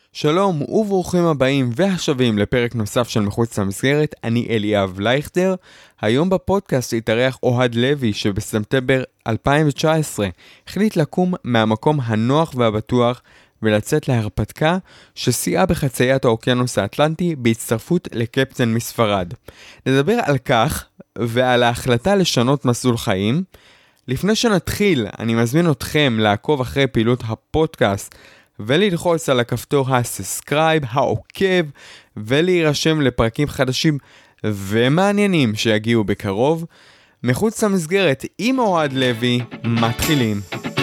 שלום וברוכים הבאים והשבים לפרק נוסף של מחוץ למסגרת, אני אליאב לייכטר. היום בפודקאסט התארח אוהד לוי שבספטמבר 2019 החליט לקום מהמקום הנוח והבטוח ולצאת להרפתקה שסייעה בחציית האוקיינוס האטלנטי בהצטרפות לקפטן מספרד. נדבר על כך ועל ההחלטה לשנות מסלול חיים. לפני שנתחיל, אני מזמין אתכם לעקוב אחרי פעילות הפודקאסט וללחוץ על הכפתור הסאבסקרייב, העוקב, ולהירשם לפרקים חדשים ומעניינים שיגיעו בקרוב. מחוץ למסגרת עם אוהד לוי, מתחילים.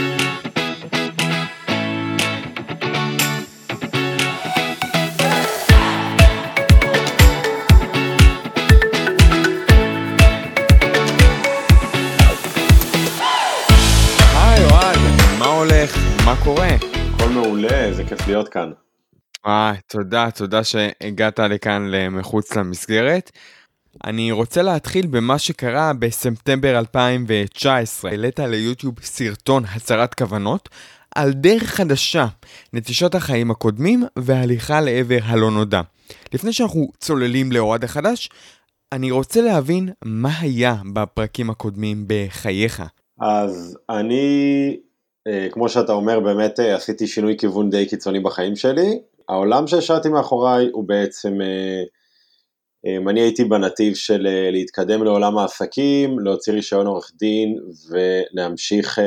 היי אוהד, מה הולך? מה קורה? הכל מעולה, זה כיף להיות כאן. תודה שהגעת לכאן למחוץ למסגרת. אני רוצה להתחיל במה שקרה בספטמבר 2019. העלית ליוטיוב סרטון הצהרת כוונות על דרך חדשה, נטישת החיים הקודמים והליכה לעבר הלא נודע. לפני שאנחנו צוללים לאוהד החדש, אני רוצה להבין מה היה בפרקים הקודמים בחייך. אז אני, כמו שאתה אומר, באמת עשיתי שינוי כיוון די קיצוני בחיים שלי. העולם שהשארתי מאחוריי הוא בעצם, אני הייתי בנתיב של להתקדם לעולם העסקים, להוציא רישיון עורך דין ולהמשיך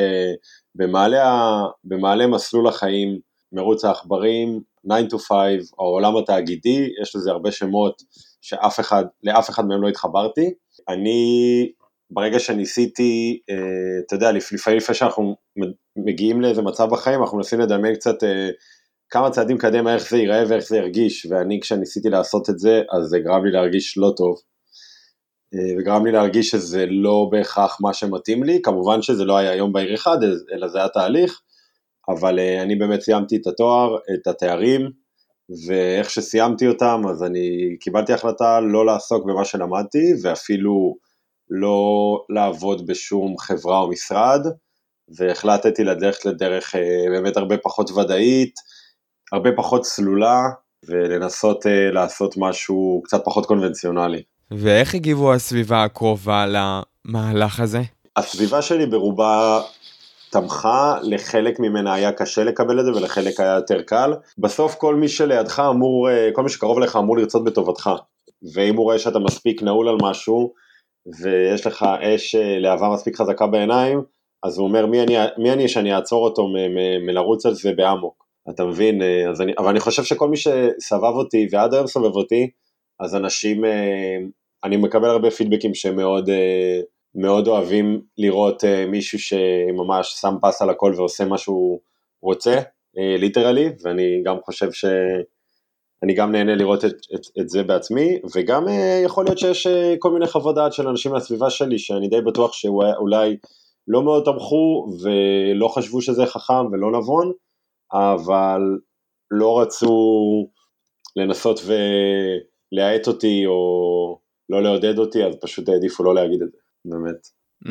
במעלה מסלול החיים, מרוץ העכברים, 9 to 5, העולם התאגידי, יש לזה הרבה שמות לאף אחד מהם לא התחברתי. ברגע שניסיתי, אתה יודע, לפעמים שאנחנו מגיעים לאיזה מצב בחיים, אנחנו מנסים לדמיין קצת כמה צעדים קדימה, איך זה ייראה ואיך זה ירגיש, ואני כשניסיתי לעשות את זה, אז זה גרם לי להרגיש לא טוב, וגרם לי להרגיש שזה לא בהכרח מה שמתאים לי, כמובן שזה לא היה יום בהיר אחד, אלא זה היה תהליך, אבל אני באמת סיימתי את התואר, את התארים, ואיך שסיימתי אותם, אז אני קיבלתי החלטה לא לעסוק במה שלמדתי, ואפילו לא לעבוד בשום חברה או משרד, והחלטתי ללכת לדרך באמת הרבה פחות ודאית, הרבה פחות סלולה, ולנסות לעשות משהו קצת פחות קונבנציונלי. ואיך הגיבו הסביבה הקרובה למהלך הזה? הסביבה שלי ברובה תמכה, לחלק ממנה היה קשה לקבל את זה, ולחלק היה יותר קל. בסוף כל מי שלידך כל מי שקרוב לך אמור לרצות בטובתך, ואם הוא רואה שאתה מספיק נעול על משהו, ויש לך אש להבה מספיק חזקה בעיניים, אז הוא אומר, מי אני שאני אעצור אותו מלרוץ על זה באמוק, אתה מבין? אבל אני חושב שכל מי שסבב אותי, ועד היום סובב אותי, אז אנשים, אני מקבל הרבה פידבקים שמאוד מאוד אוהבים לראות מישהו שממש שם פס על הכל, ועושה מה שהוא רוצה, ליטרלי, ואני גם חושב אני גם נהנה לראות את זה בעצמי, וגם יכול להיות שיש כל מיני חוות דעת של אנשים מהסביבה שלי, שאני די בטוח שאולי לא מאוד תמכו, ולא חשבו שזה חכם ולא נבון, אבל לא רצו לנסות ולהעט אותי, או לא לעודד אותי, אז פשוט העדיפו לא להגיד את זה, באמת.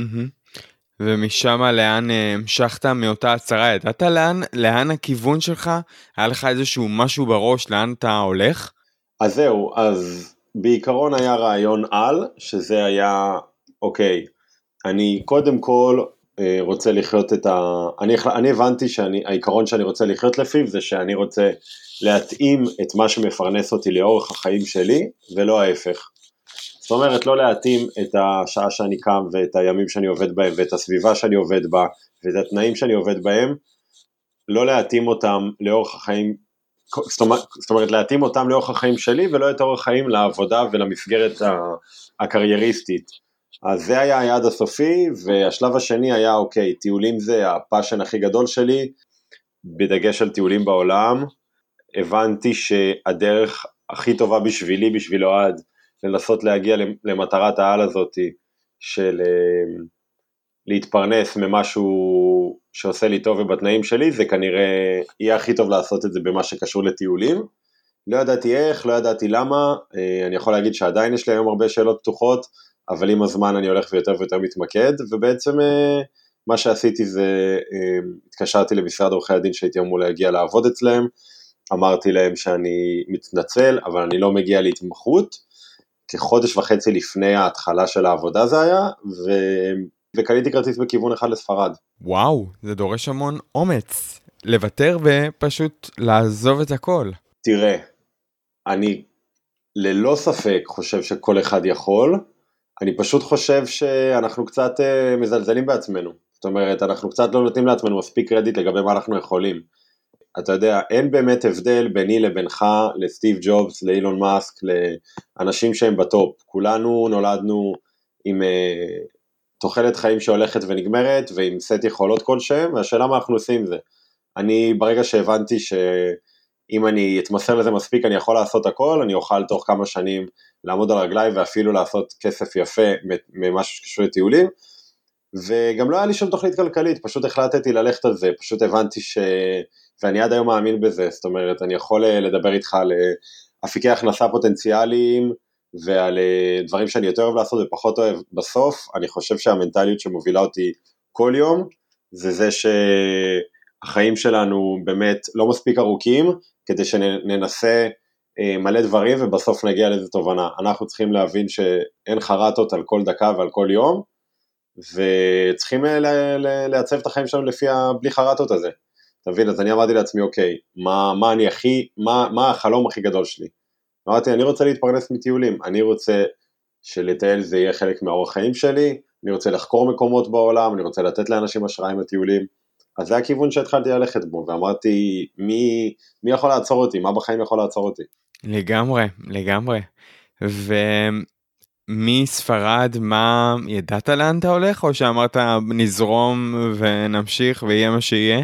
ומשם לאן המשכת מאותה הצהרה? ידעת לאן הכיוון שלך? היה לך איזשהו משהו בראש, לאן אתה הולך? אז זהו, אז בעיקרון היה רעיון על, שזה היה, אוקיי, אני קודם כל רוצה לחיות אני הבנתי העיקרון שאני רוצה לחיות לפיו, זה שאני רוצה להתאים את מה שמפרנס אותי לאורך החיים שלי, ולא ההפך. זאת אומרת, לא להתאים את השעה שאני קם, ואת הימים שאני עובד בהם, ואת הסביבה שאני עובד בה, ואת התנאים שאני עובד בהם, לא להתאים אותם לאורך החיים, זאת אומרת, להתאים אותם לאורך החיים שלי, ולא את אורך החיים לעבודה ולמסגרת הקרייריסטית. אז זה היה היעד הסופי, והשלב השני היה, אוקיי, טיולים זה הפאשן הכי גדול שלי, בדגש על טיולים בעולם. הבנתי שהדרך הכי טובה בשבילי, בשביל אוהד, לנסות להגיע למטרת העל הזאת, של להתפרנס ממשהו שעושה לי טוב ובתנאים שלי, זה כנראה יהיה הכי טוב לעשות את זה במה שקשור לטיולים. לא ידעתי איך, לא ידעתי למה, אני יכול להגיד שעדיין יש לי היום הרבה שאלות פתוחות, אבל עם הזמן אני הולך ויותר ויותר מתמקד, ובעצם מה שעשיתי זה, התקשרתי למשרד עורכי הדין שהייתי אמור להגיע לעבוד אצלם, אמרתי להם שאני מתנצל, אבל אני לא מגיע להתמחות, כחודש וחצי לפני ההתחלה של העבודה זה היה, וקניתי כרטיס בכיוון אחד לספרד. וואו, זה דורש המון אומץ, לוותר ופשוט לעזוב את הכל. תראה, אני ללא ספק חושב שכל אחד יכול, אני פשוט חושב שאנחנו קצת מזלזלים בעצמנו, זאת אומרת, אנחנו קצת לא נותנים לעצמנו מספיק קרדיט לגבי מה אנחנו יכולים. אתה יודע, אין באמת הבדל ביני לבינך, לסטיב ג'ובס, לאילון מאסק, לאנשים שהם בטופ. כולנו נולדנו עם תוחלת חיים שהולכת ונגמרת, ועם סט יכולות כלשהם, והשאלה מה אנחנו עושים זה. אני ברגע שהבנתי שאם אני אתמסר לזה מספיק, אני יכול לעשות הכל, אני אוכל תוך כמה שנים לעמוד על רגליי, ואפילו לעשות כסף יפה ממשהו שקשור לטיולים, וגם לא היה לי שום תוכנית כלכלית, פשוט החלטתי ללכת על זה, פשוט הבנתי ואני עד היום מאמין בזה, זאת אומרת, אני יכול לדבר איתך על אפיקי הכנסה פוטנציאליים, ועל דברים שאני יותר אוהב לעשות ופחות אוהב. בסוף, אני חושב שהמנטליות שמובילה אותי כל יום, זה שהחיים שלנו באמת לא מספיק ארוכים, כדי שננסה מלא דברים, ובסוף נגיע לאיזו תובנה. אנחנו צריכים להבין שאין חרטות על כל דקה ועל כל יום, וצריכים לעצב את החיים שלנו בלי חרטות הזה. תבין, אז אני אמרתי לעצמי, אוקיי, מה החלום הכי גדול שלי? אמרתי, אני רוצה להתפרנס מטיולים, אני רוצה שלטייל זה יהיה חלק מהאורח חיים שלי, אני רוצה לחקור מקומות בעולם, אני רוצה לתת לאנשים השראה עם הטיולים, אז זה הכיוון שהתחלתי ללכת בו, ואמרתי, מי יכול לעצור אותי? מה בחיים יכול לעצור אותי? לגמרי. מספרד, מה, ידעת לאן אתה הולך, או שאמרת נזרום ונמשיך ויהיה מה שיהיה?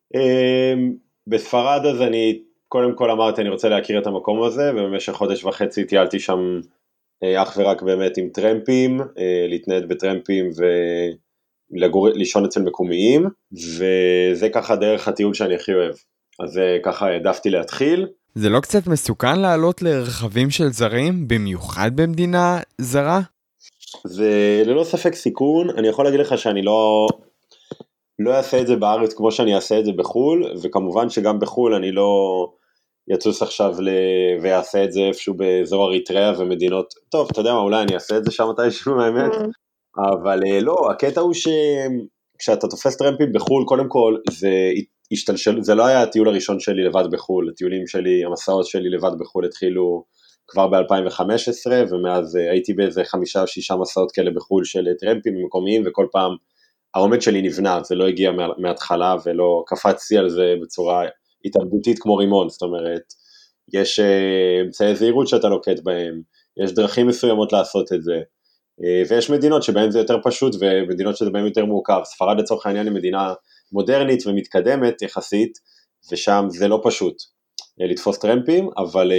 בספרד אז אני קודם כל אמרתי אני רוצה להכיר את המקום הזה, ובמשך חודש וחצי טיילתי שם אך ורק באמת עם טרמפים, להתנהד בטרמפים ולישון אצל מקומיים, וזה ככה דרך הטיול שאני הכי אוהב, אז ככה העדפתי להתחיל. זה לא קצת מסוכן לעלות לרכבים של זרים, במיוחד במדינה זרה? זה ללא ספק סיכון, אני יכול להגיד לך שאני לא אעשה את זה בארץ כמו שאני אעשה את זה בחול, וכמובן שגם בחול אני לא יצוס עכשיו ויעשה את זה איפשהו באזור אריתריאה ומדינות, טוב, אתה יודע מה, אולי אני אעשה את זה שם מתישהו האמת, אבל לא, הקטע הוא שכשאתה תופס טרמפים בחול, קודם כל זה לא היה הטיול הראשון שלי לבד בחול, הטיולים שלי, המסעות שלי לבד בחול התחילו כבר ב-2015, ומאז הייתי באיזה 5-6 מסעות כאלה בחול של טרמפים מקומיים, וכל פעם העומד שלי נבנה, זה לא הגיע מההתחלה, ולא קפצתי על זה בצורה התאבדותית כמו רימון, זאת אומרת, יש אמצעי זהירות שאתה נוקט בהם, יש דרכים מסוימות לעשות את זה, ויש מדינות שבהן זה יותר פשוט, ומדינות שבהן יותר מורכב. ספרד לצורך העניין היא מדינה מודרנית ומתקדמת יחסית, ושם זה לא פשוט לתפוס טרמפים, אבל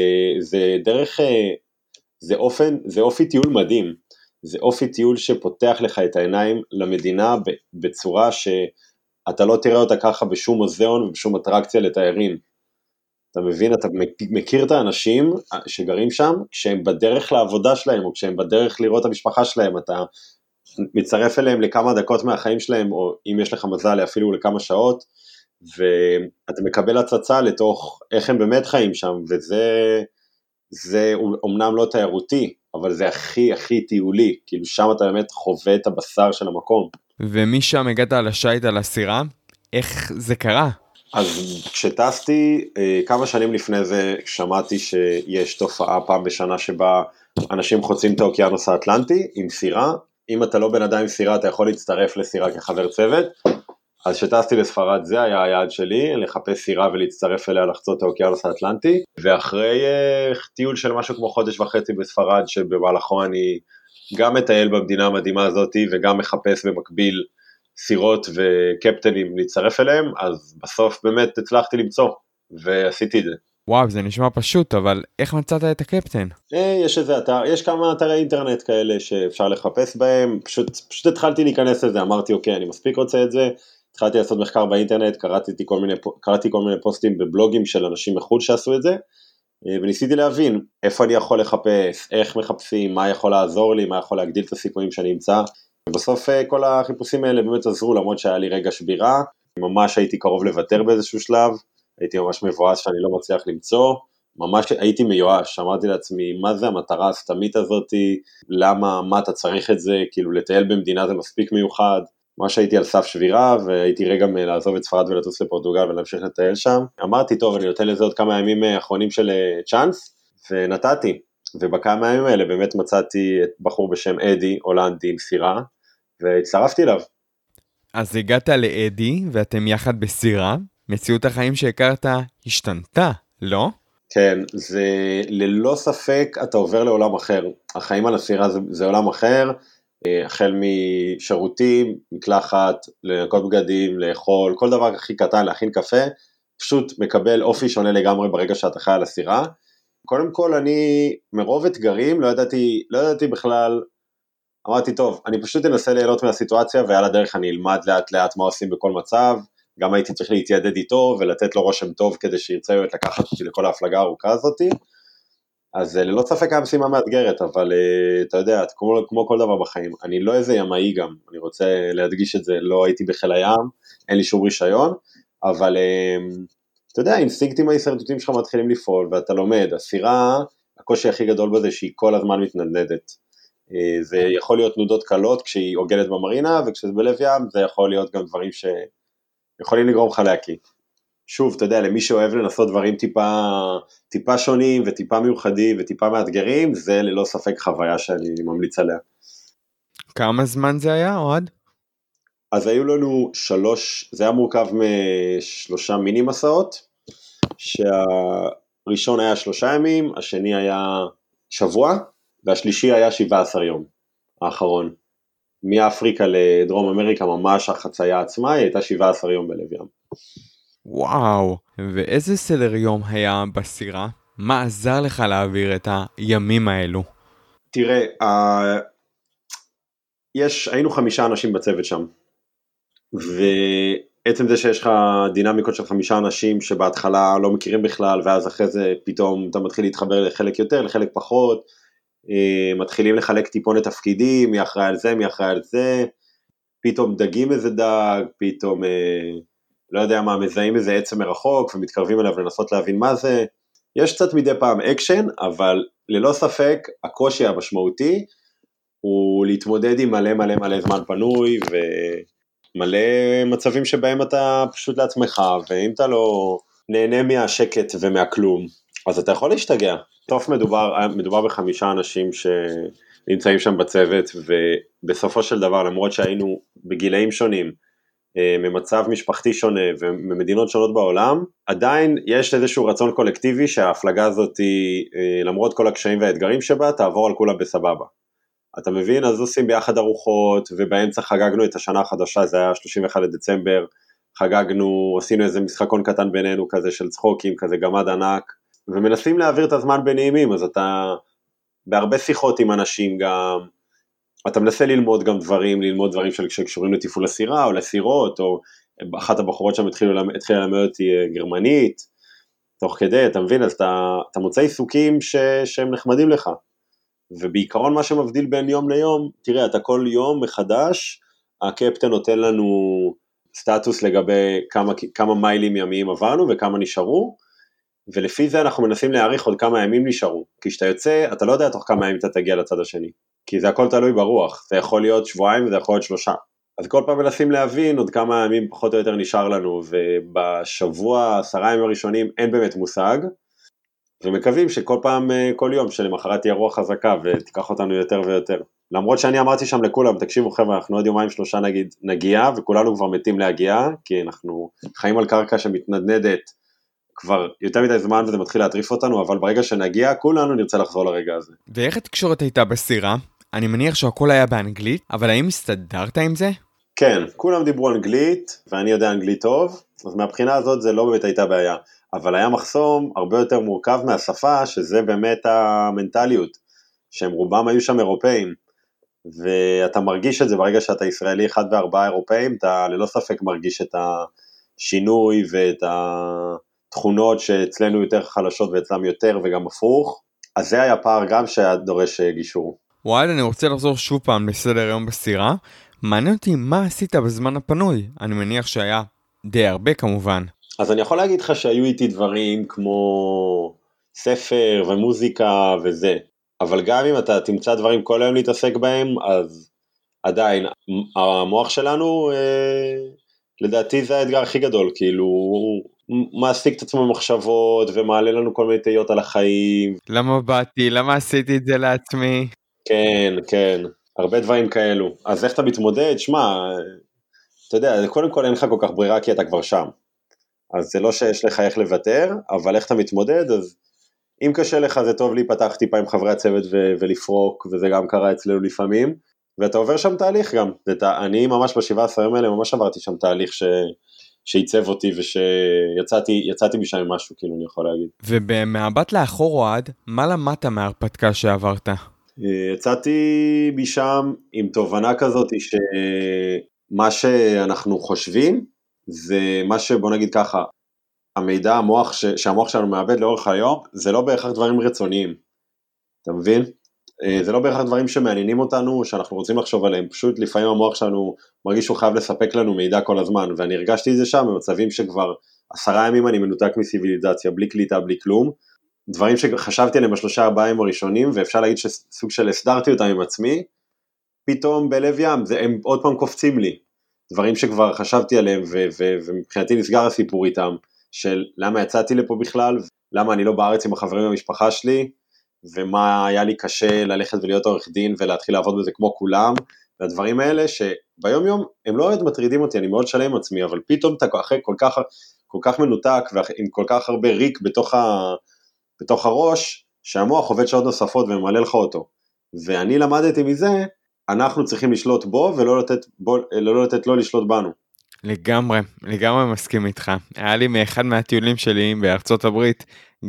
זה אופי טיול מדהים, זה אופי טיול שפותח לך את העיניים למדינה בצורה שאתה לא תראה אותה ככה בשום מוזיאון ובשום אטרקציה לתיירים. אתה מבין, אתה מכיר את האנשים שגרים שם, כשהם בדרך לעבודה שלהם, או כשהם בדרך לראות את המשפחה שלהם, אתה מצטרף אליהם לכמה דקות מהחיים שלהם, או אם יש לך מזל אפילו לכמה שעות, ואתה מקבל הצצה לתוך איך הם באמת חיים שם, וזה אומנם לא תיירותי, אבל זה הכי הכי טיולי, כאילו שם אתה באמת חווה את הבשר של המקום. ומשם הגעת על השייט על הסירה, איך זה קרה? אז כשטסתי, כמה שנים לפני זה שמעתי שיש תופעה פעם בשנה שבה אנשים חוצים את האוקיינוס האטלנטי עם סירה, אם אתה לא בן אדם עם סירה אתה יכול להצטרף לסירה כחבר צוות, אז כשטסתי לספרד זה היה היעד שלי, לחפש סירה ולהצטרף אליה לחצות את האוקיינוס האטלנטי, ואחרי טיול של משהו כמו חודש וחצי בספרד, שבמהלכו אני גם מטייל במדינה המדהימה הזאת, וגם מחפש במקביל סירות וקפטנים להצטרף אליהם, אז בסוף באמת הצלחתי למצוא, ועשיתי את זה. וואו, זה נשמע פשוט, אבל איך מצאת את הקפטן? יש איזה אתר, יש כמה אתרי אינטרנט כאלה שאפשר לחפש בהם, פשוט התחלתי להיכנס לזה, אמרתי אוקיי, אני מספיק רוצה את זה, התחלתי לעשות מחקר באינטרנט, קראתי כל מיני פוסטים בבלוגים של אנשים מחו"ל שעשו את זה, וניסיתי להבין איפה אני יכול לחפש, איך מחפשים, מה יכול לעזור לי, מה יכול להגדיל את הסיכויים שאני אמצא, ובסוף כל החיפושים האלה באמת עזרו, למרות שהיה לי רגע שבירה, ממש הייתי קרוב לוותר באיזשהו שלב, הייתי ממש מבואס שאני לא מצליח למצוא, ממש הייתי מיואש, אמרתי לעצמי, מה זה המטרה הסתמית הזאת, למה, מה אתה צריך את זה, כאילו לטייל במדינה זה מספיק מיוחד, ממש הייתי על סף שבירה, והייתי רגע לעזוב את ספרד ולטוס לפורטוגל ולהמשיך לטייל שם, אמרתי, טוב, אני נותן לזה עוד כמה ימים אחרונים של צ'אנס, ונתתי, ובכמה הימים האלה באמת מצאתי את בחור בשם אדי, הולנדי עם סירה, והצטרפתי אליו. אז הגעת לאדי, ואתם יחד בסירה, מציאות החיים שהכרת השתנתה, לא? כן, זה ללא ספק אתה עובר לעולם אחר, החיים על הסירה זה עולם אחר, החל משירותים, מקלחת, לנקות בגדים, לאכול, כל דבר הכי קטן, להכין קפה, פשוט מקבל אופי שונה לגמרי ברגע שאתה חי על הסירה. קודם כל אני מרוב אתגרים לא ידעתי בכלל, אמרתי טוב, אני פשוט אנסה ליהנות מהסיטואציה ועל הדרך אני אלמד לאט לאט מה עושים בכל מצב, גם הייתי צריך להתיידד איתו ולתת לו רושם טוב כדי שירצה להיות לקחת אותי לכל ההפלגה הארוכה הזאת, אז ללא ספק היה משימה מאתגרת, אבל אתה יודע, כמו כל דבר בחיים, אני לא איזה ימאי גם, אני רוצה להדגיש את זה, לא הייתי בחיל הים, אין לי שום רישיון, אבל אתה יודע, האינסטינקטים ההישרדותיים שלך מתחילים לפעול, ואתה לומד, הסירה, הקושי הכי גדול בזה שהיא כל הזמן מתנדנדת, זה יכול להיות תנודות קלות כשהיא עוגנת במרינה, וכשזה בלב ים זה יכול להיות גם דברים שיכולים לגרום לך להקיא. שוב, אתה יודע, למי שאוהב לנסות דברים טיפה שונים וטיפה מיוחדים וטיפה מאתגרים, זה ללא ספק חוויה שאני ממליץ עליה. כמה זמן זה היה, אוהד? אז היו לנו זה היה מורכב מ3 מיני מסעות, שהראשון היה 3 ימים, השני היה שבוע, והשלישי היה 17 יום, האחרון. מאפריקה לדרום אמריקה ממש החצייה עצמה, היא הייתה 17 יום בלב ים. וואו, ואיזה סדר יום היה בסירה? מה עזר לך להעביר את הימים האלו? תראה, היינו 5 אנשים בצוות שם, ועצם זה שיש לך דינמיקות של 5 אנשים שבהתחלה לא מכירים בכלל, ואז אחרי זה פתאום אתה מתחיל להתחבר לחלק יותר, לחלק פחות, מתחילים לחלק טיפונת תפקידים, מי אחראי על זה, מי אחראי על זה, פתאום דגים איזה דג, פתאום לא יודע מה, מזהים איזה עצם מרחוק ומתקרבים אליו לנסות להבין מה זה, יש קצת מדי פעם אקשן, אבל ללא ספק הקושי המשמעותי הוא להתמודד עם מלא מלא מלא זמן פנוי ומלא מצבים שבהם אתה פשוט לעצמך, ואם אתה לא נהנה מהשקט ומהכלום, אז אתה יכול להשתגע. טוב, מדובר ב5 אנשים שנמצאים שם בצוות, ובסופו של דבר, למרות שהיינו בגילאים שונים, ממצב משפחתי שונה וממדינות שונות בעולם, עדיין יש איזשהו רצון קולקטיבי שההפלגה הזאת, למרות כל הקשיים והאתגרים שבה, תעבור על כולם בסבבה. אתה מבין? אז עושים ביחד ארוחות, ובאמצע חגגנו את השנה החדשה, זה היה 31 לדצמבר, עשינו איזה משחקון קטן בינינו כזה של צחוקים, כזה גמד ענק, ומנסים להעביר את הזמן בנעימים, אז אתה בהרבה שיחות עם אנשים גם, אתה מנסה ללמוד דברים שקשורים לתפעול הסירה או לסירות, או אחת הבחורות שם התחילה ללמד אותי גרמנית, תוך כדי, אתה מבין, אז אתה מוצא עיסוקים שהם נחמדים לך, ובעיקרון מה שמבדיל בין יום ליום, תראה, אתה כל יום מחדש, הקפטן נותן לנו סטטוס לגבי כמה מיילים ימיים עברנו וכמה נשארו, ולפי זה אנחנו מנסים להעריך עוד כמה ימים נשארו, כי כשאתה יוצא, אתה לא יודע תוך כמה ימים אתה תגיע לצד השני, כי זה הכל תלוי ברוח, זה יכול להיות 2 שבועות וזה יכול להיות 3, אז כל פעם מנסים להבין עוד כמה ימים פחות או יותר נשאר לנו, ובשבוע, 10 ימים הראשונים אין באמת מושג, ומקווים שכל פעם, כל יום שלמחרת תהיה רוח חזקה, ותיקח אותנו יותר ויותר. למרות שאני אמרתי שם לכולם, תקשיבו חבר'ה, אנחנו עוד 2-3 נגיע, וכולנו כבר מתים להגיע, כי אנחנו חיים על קרקע שמתנדנדת, כבר יותר מדי זמן וזה מתחיל להטריף אותנו, אבל ברגע שנגיע, כולנו נרצה לחזור לרגע הזה. ואיך התקשורת הייתה בסירה? אני מניח שהכל היה באנגלית, אבל האם הסתדרת עם זה? כן, כולם דיברו אנגלית, ואני יודע אנגלית טוב, אז מהבחינה הזאת זה לא באמת הייתה בעיה, אבל היה מחסום הרבה יותר מורכב מהשפה, שזה באמת המנטליות, שהם רובם היו שם אירופאים, ואתה מרגיש את זה ברגע שאתה ישראלי 1 ו4 אירופאים, אתה ללא ספק מרגיש את השינוי ואת תכונות שאצלנו יותר חלשות ואצלם יותר וגם הפוך, אז זה היה פער גם שהיה דורש גישור. וואי, אני רוצה לחזור שוב פעם לסדר היום בסירה, מעניין אותי מה עשית בזמן הפנוי, אני מניח שהיה די הרבה כמובן. אז אני יכול להגיד לך שהיו איתי דברים כמו ספר ומוזיקה וזה, אבל גם אם אתה תמצא דברים כל היום להתעסק בהם, אז עדיין המוח שלנו, לדעתי זה האתגר הכי גדול, כאילו הוא מעסיק את עצמו במחשבות ומעלה לנו כל מיני תהיות על החיים. למה באתי? למה עשיתי את זה לעצמי? כן, כן, הרבה דברים כאלו. אז איך אתה מתמודד? שמע, אתה יודע, קודם כל אין לך כל כך ברירה כי אתה כבר שם. אז זה לא שיש לך איך לוותר, אבל איך אתה מתמודד, אז אם קשה לך זה טוב להיפתח טיפה עם חברי הצוות ולפרוק, וזה גם קרה אצלנו לפעמים, ואתה עובר שם תהליך גם. אני ממש ב17 יום האלה ממש עברתי שם תהליך שעיצב אותי ושיצאתי משם עם משהו, כאילו אני יכול להגיד. ובמבט לאחור אוהד, מה למדת מההרפתקה שעברת? יצאתי משם עם תובנה כזאת שמה שאנחנו חושבים, זה מה שבוא נגיד ככה, המידע שהמוח שלנו מאבד לאורך היום, זה לא בהכרח דברים רצוניים, אתה מבין? זה לא בהכרח דברים שמעניינים אותנו, שאנחנו רוצים לחשוב עליהם, פשוט לפעמים המוח שלנו מרגיש שהוא חייב לספק לנו מידע כל הזמן, ואני הרגשתי את זה שם במצבים שכבר 10 ימים אני מנותק מסיביליזציה, בלי קליטה, בלי כלום, דברים שחשבתי עליהם ב3-4 ימים הראשונים, ואפשר להגיד שסוג של הסדרתי אותם עם עצמי, פתאום בלב ים, הם עוד פעם קופצים לי, דברים שכבר חשבתי עליהם, ומבחינתי נסגר הסיפור איתם, של למה יצאתי לפה בכלל, למה אני לא בארץ עם החברים במשפחה שלי, ומה היה לי קשה ללכת ולהיות עורך דין, ולהתחיל לעבוד בזה כמו כולם, והדברים האלה שביום יום הם לא עוד מטרידים אותי, אני מאוד שלם עם עצמי, אבל פתאום אתה אחרי כל כך מנותק, ועם כל כך הרבה ריק בתוך הראש, שהמוח עובד שעות נוספות וממלא לך אותו, ואני למדתי מזה, אנחנו צריכים לשלוט בו, ולא לתת לו לשלוט בנו. לגמרי מסכים איתך. היה לי מאחד מהטיולים שלי בארצות הברית,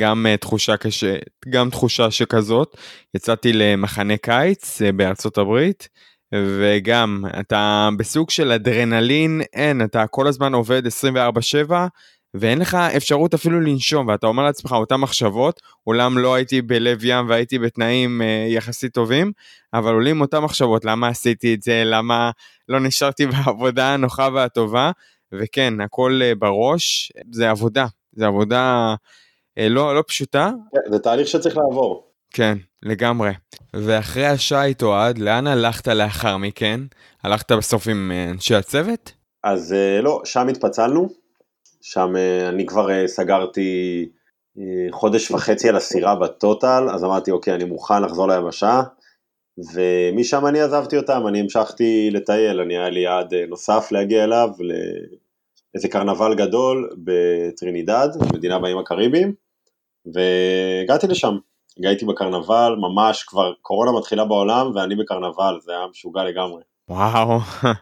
גם תחושה שכזאת, יצאתי למחנה קיץ בארצות הברית, וגם אתה בסוג של אדרנלין, אתה כל הזמן עובד 24/7, ואין לך אפשרות אפילו לנשום, ואתה אומר לעצמך אותם מחשבות, אולם לא הייתי בלב ים והייתי בתנאים יחסית טובים, אבל עולים אותם מחשבות, למה עשיתי את זה, למה לא נשארתי בעבודה הנוחה והטובה, וכן, הכל בראש, זה עבודה לא פשוטה. זה תהליך שצריך לעבור. כן, לגמרי. ואחרי השייט אוהד, לאן הלכת לאחר מכן? הלכת בסוף עם אנשי הצוות? אז לא, שם התפצלנו, שם אני כבר סגרתי 1.5 חודש על הסירה בטוטל, אז אמרתי אוקיי, אני מוכן לחזור ליבשה, ומשם אני עזבתי אותם, אני המשכתי לטייל, היה לי יעד נוסף להגיע אליו, לאיזה קרנבל גדול בטרינידד, מדינה באיים הקריביים, והגעתי לשם, הגעתי בקרנבל, ממש כבר קורונה מתחילה בעולם, ואני בקרנבל, זה היה משוגע לגמרי. וואו,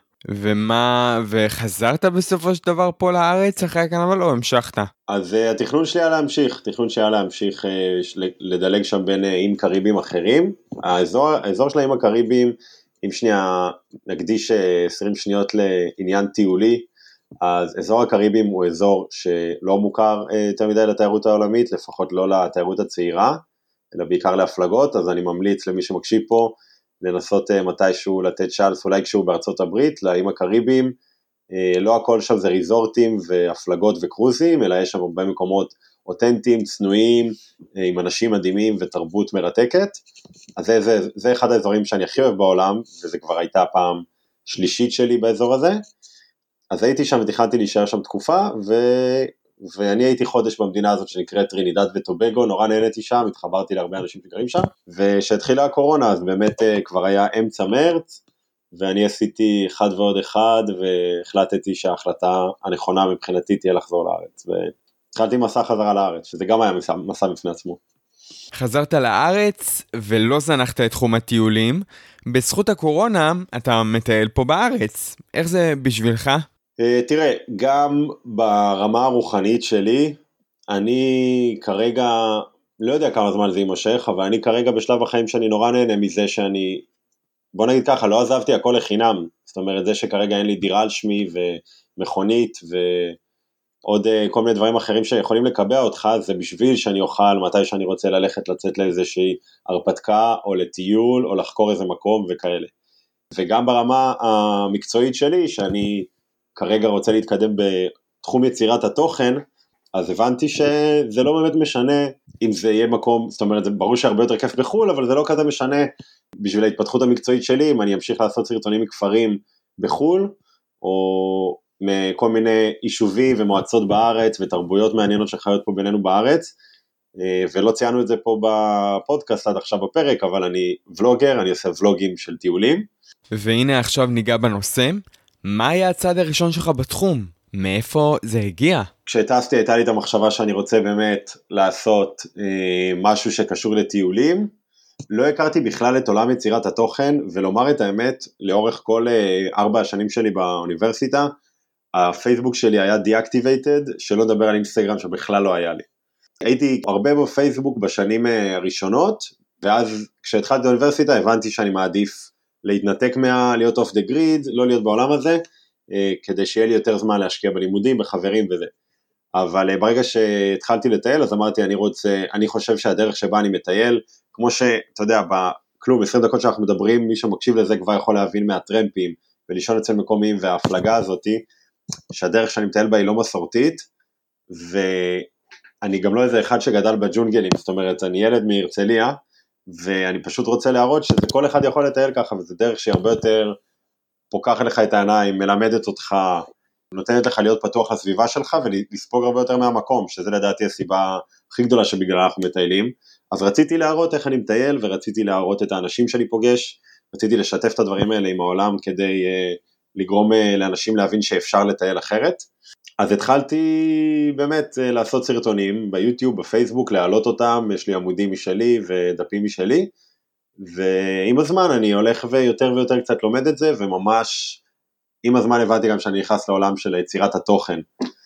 וחזרת בסופו של דבר פה לארץ אחרי הקרנבל או המשכת? אז התכנון שלי היה להמשיך, לדלג שם בין איים קריביים אחרים, האזור של האיים הקריביים, אם שנייה נקדיש 20 שניות לעניין טיולי, אז אזור הקריביים הוא אזור שלא מוכר יותר מדי לתיירות העולמית, לפחות לא לתיירות הצעירה, אלא בעיקר להפלגות, אז אני ממליץ למי שמקשיב פה, לנסות מתישהו לתת צ'אנס, אולי כשהוא בארצות הברית, לאיים הקריביים, לא הכל שם זה ריזורטים והפלגות וקרוזים, אלא יש שם הרבה מקומות אותנטיים, צנועים, עם אנשים מדהימים ותרבות מרתקת, אז זה אחד האזורים שאני הכי אוהב בעולם, וזה כבר הייתה פעם שלישית שלי באזור הזה, אז הייתי שם ותכננתי להישאר שם תקופה, ואני הייתי חודש במדינה הזאת שנקראת טרינידד וטובגו, נורא נהניתי שם, התחברתי להרבה אנשים שגרים שם, ושהתחילה הקורונה, אז באמת כבר היה אמצע מרץ, ואני עשיתי 1 ועוד 1, והחלטתי שההחלטה הנכונה מבחינתי תהיה לחזור לארץ, והתחלתי מסע חזרה לארץ, שזה גם היה מסע בפני עצמו. חזרת לארץ ולא זנחת את תחום הטיולים, בזכות הקורונה אתה מטייל פה בארץ, איך זה בשבילך? תראה, גם ברמה הרוחנית שלי, אני כרגע, לא יודע כמה זמן זה יימשך, אבל אני כרגע בשלב החיים שאני נורא נהנה מזה שאני, בוא נגיד ככה, לא עזבתי הכל לחינם, זאת אומרת זה שכרגע אין לי דירה על שמי ומכונית ועוד כל מיני דברים אחרים שיכולים לקבע אותך, זה בשביל שאני אוכל מתי שאני רוצה לצאת לאיזושהי הרפתקה או לטיול או לחקור איזה מקום וכאלה. וגם ברמה המקצועית שלי, שאני כרגע רוצה להתקדם בתחום יצירת התוכן, אז הבנתי שזה לא באמת משנה אם זה יהיה מקום, זאת אומרת, זה ברור שהרבה יותר כיף בחול, אבל זה לא כזה משנה בשביל ההתפתחות המקצועית שלי, אם אני אמשיך לעשות סרטונים מכפרים בחול, או מכל מיני יישובים ומועצות בארץ, ותרבויות מעניינות שחיות פה בינינו בארץ, ולא ציינו את זה פה בפודקאסט עד עכשיו בפרק, אבל אני ולוגר, אני עושה ולוגים של טיולים. והנה עכשיו ניגע בנושא, מה היה הצעד הראשון שלך בתחום? מאיפה זה הגיע? כשטסתי הייתה לי את המחשבה שאני רוצה באמת לעשות משהו שקשור לטיולים, לא הכרתי בכלל את עולם יצירת התוכן, ולומר את האמת, לאורך כל 4 השנים שלי באוניברסיטה, הפייסבוק שלי היה deactivated, שלא לדבר על אינסטגרם שבכלל לא היה לי. הייתי הרבה בפייסבוק בשנים הראשונות, ואז כשהתחלתי באוניברסיטה הבנתי שאני מעדיף להתנתק להיות off the grid, לא להיות בעולם הזה, כדי שיהיה לי יותר זמן להשקיע בלימודים, בחברים וזה. אבל ברגע שהתחלתי לטייל, אז אמרתי, אני חושב שהדרך שבה אני מטייל, כמו שאתה יודע, בכלום, 20 דקות שאנחנו מדברים, מי שמקשיב לזה כבר יכול להבין מהטרמפים, ולישון אצל מקומיים, וההפלגה הזאת, שהדרך שאני מטייל בה היא לא מסורתית, ואני גם לא איזה אחד שגדל בג'ונגלים, זאת אומרת, אני ילד מהרצליה, ואני פשוט רוצה להראות שזה כל אחד יכול לטייל ככה, וזה דרך שהיא הרבה יותר פוקחת לך את העיניים, מלמדת אותך, נותנת לך להיות פתוח לסביבה שלך, ולספוג הרבה יותר מהמקום, שזה לדעתי הסיבה הכי גדולה שבגללה אנחנו מטיילים. אז רציתי להראות איך אני מטייל, ורציתי להראות את האנשים שאני פוגש, רציתי לשתף את הדברים האלה עם העולם, כדי לגרום לאנשים להבין שאפשר לטייל אחרת. אז התחלתי באמת לעשות סרטונים ביוטיוב, בפייסבוק, להעלות אותם, יש לי עמודים משלי ודפים משלי, ועם הזמן אני הולך ויותר ויותר קצת לומד את זה, וממש עם הזמן הבנתי גם שאני נכנס לעולם של יצירת התוכן,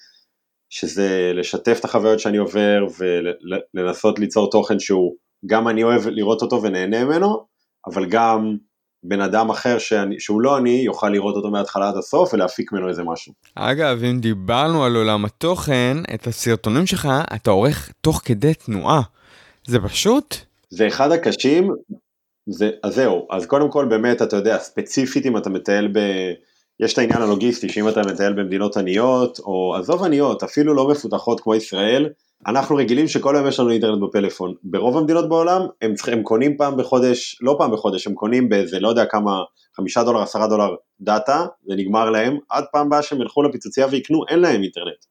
שזה לשתף את החוויות שאני עובר, ולנסות ליצור תוכן שהוא, גם אני אוהב לראות אותו ונהנה ממנו, אבל גם בן אדם אחר שהוא לא אני, יוכל לראות אותו מההתחלה עד הסוף, ולהפיק ממנו איזה משהו. אגב, אם דיברנו על עולם התוכן, את הסרטונים שלך אתה עורך תוך כדי תנועה. זה פשוט? זה אחד הקשים, אז זהו, אז קודם כל באמת, אתה יודע, ספציפית אם אתה מטייל יש את העניין הלוגיסטי, שאם אתה מטייל במדינות עניות, או עזוב עניות, אפילו לא מפותחות כמו ישראל, אנחנו רגילים שכל היום יש לנו אינטרנט בפלאפון. ברוב המדינות בעולם, הם קונים פעם בחודש, לא פעם בחודש, הם קונים באיזה, לא יודע כמה, $5, $10 דאטה, זה נגמר להם, עד פעם באה שהם ילכו לפיצוציה ויקנו, אין להם אינטרנט.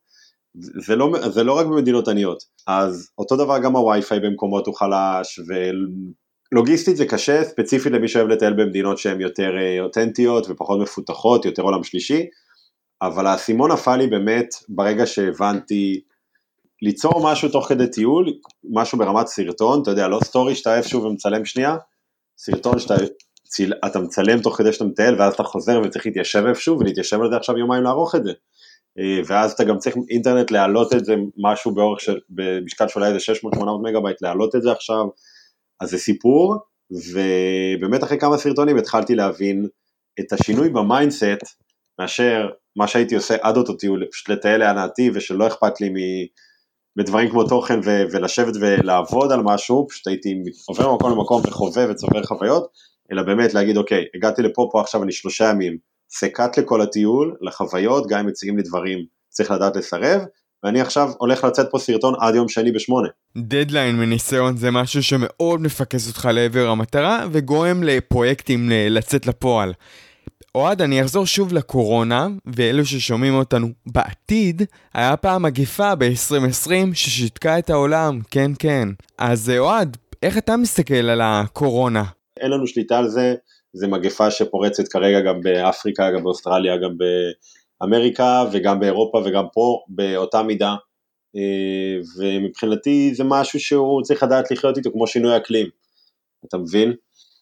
זה לא רק במדינות עניות. אז אותו דבר גם הווי-פיי במקומות הוא חלש, לוגיסטית זה קשה, ספציפית למי שאוהב לטייל במדינות שהן יותר אותנטיות ופחות מפותחות, יותר עולם שלישי, אבל האסימון נפל לי באמת ברגע שהבנתי ליצור משהו תוך כדי טיול, משהו ברמת סרטון, אתה יודע, לא סטורי שאתה איפשהו ומצלם שנייה, סרטון שאתה מצלם תוך כדי שאתה מטייל, ואז אתה חוזר וצריך להתיישב איפשהו, ולהתיישב על זה עכשיו יומיים לערוך את זה, ואז אתה גם צריך אינטרנט להעלות את זה, משהו במשקל שאולי איזה 600-800 מגה-בייט להעלות את זה עכשיו, אז זה סיפור, ובאמת אחרי כמה סרטונים התחלתי להבין את השינוי במיינדסט, מאשר מה שהייתי עושה עד אותו טיול, פשוט לטייל להנאתי, ושלא אכפת לי בדברים כמו תוכן, ולשבת ולעבוד על משהו, פשוט הייתי עובר ממקום למקום וחווה וצובר חוויות, אלא באמת להגיד, אוקיי, הגעתי פה עכשיו אני 3 ימים, סקט לכל הטיול, לחוויות, גם אם מציגים לי דברים, צריך לדעת לסרב, ואני עכשיו הולך לצאת פה סרטון עד יום שני ב8. דדליין מניסיון זה משהו שמאוד מפקס אותך לעבר המטרה, וגורם לפרויקטים לצאת לפועל. אוהד, אני אחזור שוב לקורונה, ואלו ששומעים אותנו בעתיד, היה פעם מגיפה ב-2020 ששיתקה את העולם, כן כן. אז אוהד, איך אתה מסתכל על הקורונה? אין לנו שליטה על זה, זה מגפה שפורצת כרגע גם באפריקה, גם באוסטרליה, גם באמריקה, וגם באירופה, וגם פה, באותה מידה, ומבחינתי זה משהו שהוא צריך לדעת לחיות איתו, כמו שינוי אקלים, אתה מבין?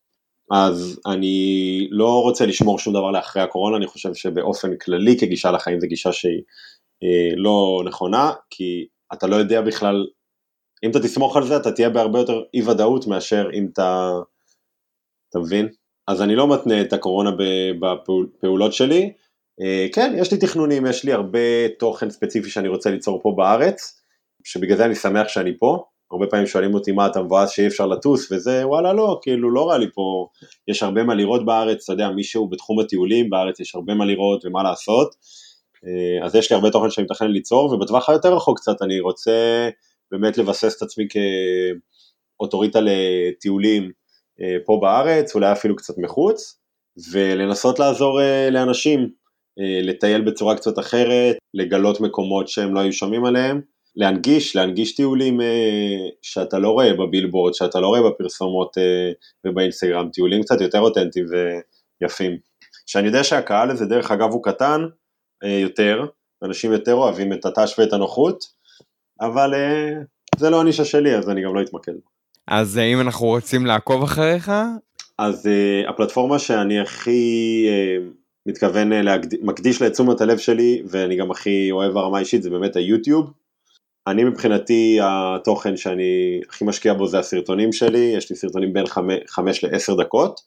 אז אני לא רוצה לשמור שום דבר לאחרי הקורונה, אני חושב שבאופן כללי כגישה לחיים זה גישה שהיא לא נכונה, כי אתה לא יודע בכלל, אם אתה תסמוך על זה, אתה תהיה בהרבה יותר אי ודאות מאשר אם אתה מבין? אז אני לא מתנה את הקורונה בפעולות שלי, כן, יש לי תכנונים, יש לי הרבה תוכן ספציפי שאני רוצה ליצור פה בארץ, שבגלל זה אני שמח שאני פה, הרבה פעמים שואלים אותי מה אתה מבואס שאי אפשר לטוס, וזה וואלה לא, כאילו לא רע לי פה, יש הרבה מה לראות בארץ, אתה יודע, מישהו בתחום הטיולים בארץ יש הרבה מה לראות ומה לעשות, אז יש לי הרבה תוכן שאני מתכנן ליצור, ובטווח היותר רחוק קצת אני רוצה באמת לבסס את עצמי כאוטוריטה לטיולים פה בארץ, אולי אפילו קצת מחוץ, ולנסות לעזור לאנשים, לטייל בצורה קצת אחרת, לגלות מקומות שהם לא היו שומעים עליהם, להנגיש טיולים שאתה לא רואה בבילבורד, שאתה לא רואה בפרסומות ובאינסטגרם, טיולים קצת יותר אותנטיים ויפים. שאני יודע שהקהל הזה דרך אגב הוא קטן יותר, אנשים יותר אוהבים את הטאץ' ואת הנוחות, אבל זה לא הנישה שלי, אז אני גם לא אתמקד. אז אם אנחנו רוצים לעקוב אחריך? אז הפלטפורמה שאני הכי מתכוון מקדיש לתשומת הלב שלי, ואני גם הכי אוהב הרמה אישית, זה באמת היוטיוב. אני מבחינתי, התוכן שאני הכי משקיע בו זה הסרטונים שלי, יש לי סרטונים בין 5 ל-10 דקות,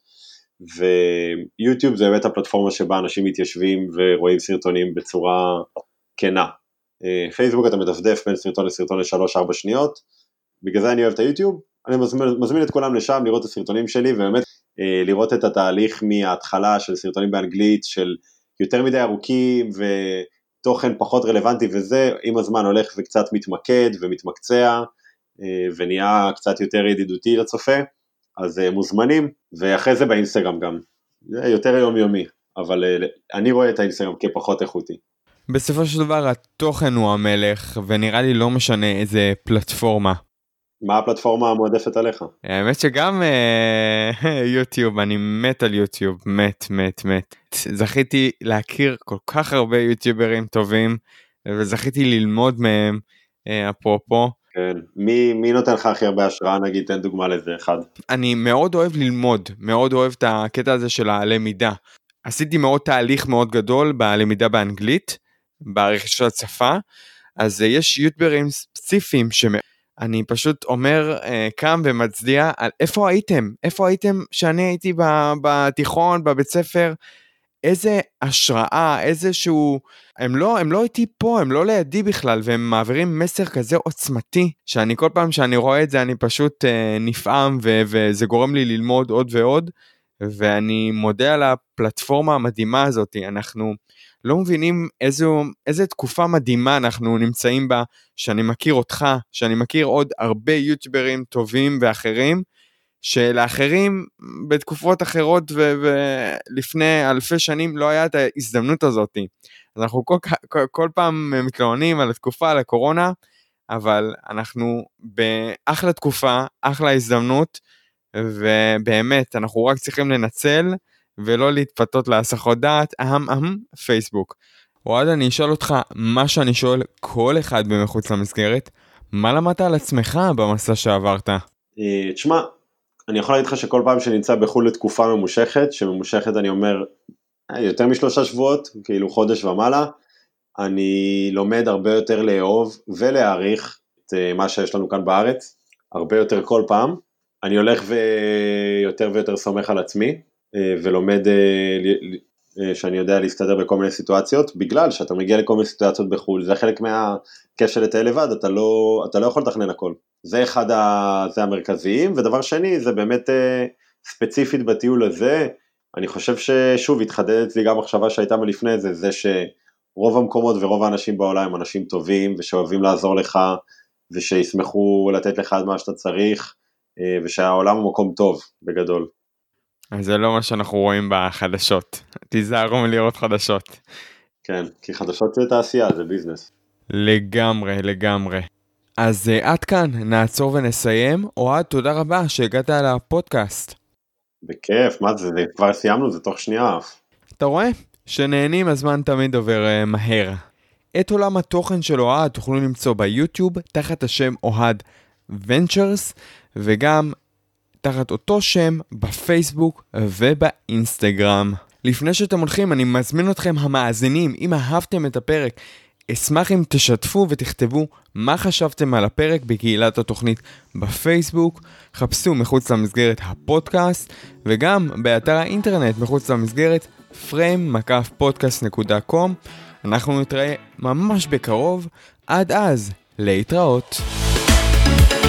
ויוטיוב זה באמת הפלטפורמה שבה אנשים מתיישבים ורואים סרטונים בצורה כנה. פייסבוק אתה מדפדף בין סרטון לסרטון ל3-4 שניות, בגלל זה אני אוהב את היוטיוב, אני מזמין את כולם לשם לראות את הסרטונים שלי, ובאמת לראות את התהליך מההתחלה של סרטונים באנגלית, של יותר מדי ארוכים ותוכן פחות רלוונטי, וזה עם הזמן הולך וקצת מתמקד ומתמקצע, ונהיה קצת יותר ידידותי לצופה, אז מוזמנים, ואחרי זה באינסטגרם גם, זה יותר יומיומי, אבל אני רואה את האינסטגרם כפחות איכותי. בסופו של דבר התוכן הוא המלך, ונראה לי לא משנה איזה פלטפורמה. מה הפלטפורמה המועדפת עליך? האמת שגם יוטיוב, אני מת על יוטיוב, מת. זכיתי להכיר כל כך הרבה יוטיוברים טובים, וזכיתי ללמוד מהם, אפרופו. כן, מי נותן לך הכי הרבה השראה, נגיד, תן דוגמה לזה אחד. אני מאוד אוהב ללמוד, מאוד אוהב את הקטע הזה של הלמידה. עשיתי מאוד תהליך מאוד גדול בלמידה באנגלית, ברכישת שפה, אז יש יוטיוברים ספציפיים שאני פשוט אומר, קם ומצדיע על איפה הייתם שאני הייתי בתיכון, בבית ספר, איזה השראה, איזשהו, הם לא איתי פה, הם לא לידי בכלל, והם מעבירים מסר כזה עוצמתי, שאני כל פעם שאני רואה את זה, אני פשוט נפעם, וזה גורם לי ללמוד עוד ועוד, ואני מודה על הפלטפורמה המדהימה הזאת, אנחנו לא מבינים איזה תקופה מדהימה אנחנו נמצאים בה, שאני מכיר אותך, שאני מכיר עוד הרבה יוטיוברים טובים ואחרים, שלאחרים בתקופות אחרות ולפני אלפי שנים לא היה את ההזדמנות הזאת. אז אנחנו כל פעם מתלוננים על התקופה, על הקורונה, אבל אנחנו באחלה תקופה, אחלה הזדמנות, ובאמת אנחנו רק צריכים לנצל ולא להתפתות להסחות דעת, פייסבוק. אוהד, אני אשאל אותך מה שאני שואל כל אחד במחוץ למסגרת, מה למדת על עצמך במסע שעברת? תשמע, אני יכול להגיד לך שכל פעם שנמצא בחו"ל לתקופה ממושכת, שממושכת אני אומר יותר מ3 שבועות, כאילו חודש ומעלה, אני לומד הרבה יותר לאהוב ולהעריך את מה שיש לנו כאן בארץ, הרבה יותר כל פעם, אני הולך ויותר ויותר סומך על עצמי, ולומד שאני יודע להסתדר בכל מיני סיטואציות, בגלל שאתה מגיע לכל מיני סיטואציות בחו"ל, זה חלק מהקשר לטייל לבד, אתה לא יכול לתכנן הכל. זה אחד זה המרכזיים, ודבר שני, זה באמת ספציפית בטיול הזה, אני חושב ששוב התחדדת לי גם מחשבה שהייתה מלפני זה, זה שרוב המקומות ורוב האנשים בעולם הם אנשים טובים, ושאוהבים לעזור לך, ושישמחו לתת לך את מה שאתה צריך, ושהעולם הוא מקום טוב, בגדול. אז זה לא מה שאנחנו רואים בחדשות, תיזהרו מלראות חדשות. כן, כי חדשות זה תעשייה, זה ביזנס. לגמרי. אז עד כאן, נעצור ונסיים. אוהד, תודה רבה שהגעת לפודקאסט. בכיף, מה זה, כבר סיימנו, זה תוך שנייה. אתה רואה? שנהנים הזמן תמיד עובר מהר. את עולם התוכן של אוהד תוכלו למצוא ביוטיוב, תחת השם אוהד ונצ'רס, וגם תחת אותו שם בפייסבוק ובאינסטגרם. לפני שאתם הולכים, אני מזמין אתכם המאזינים, אם אהבתם את הפרק, אשמח אם תשתפו ותכתבו מה חשבתם על הפרק בקהילת התוכנית בפייסבוק, חפשו מחוץ למסגרת הפודקאסט, וגם באתר האינטרנט מחוץ למסגרת frame-podcast.com. אנחנו נתראה ממש בקרוב, עד אז, להתראות.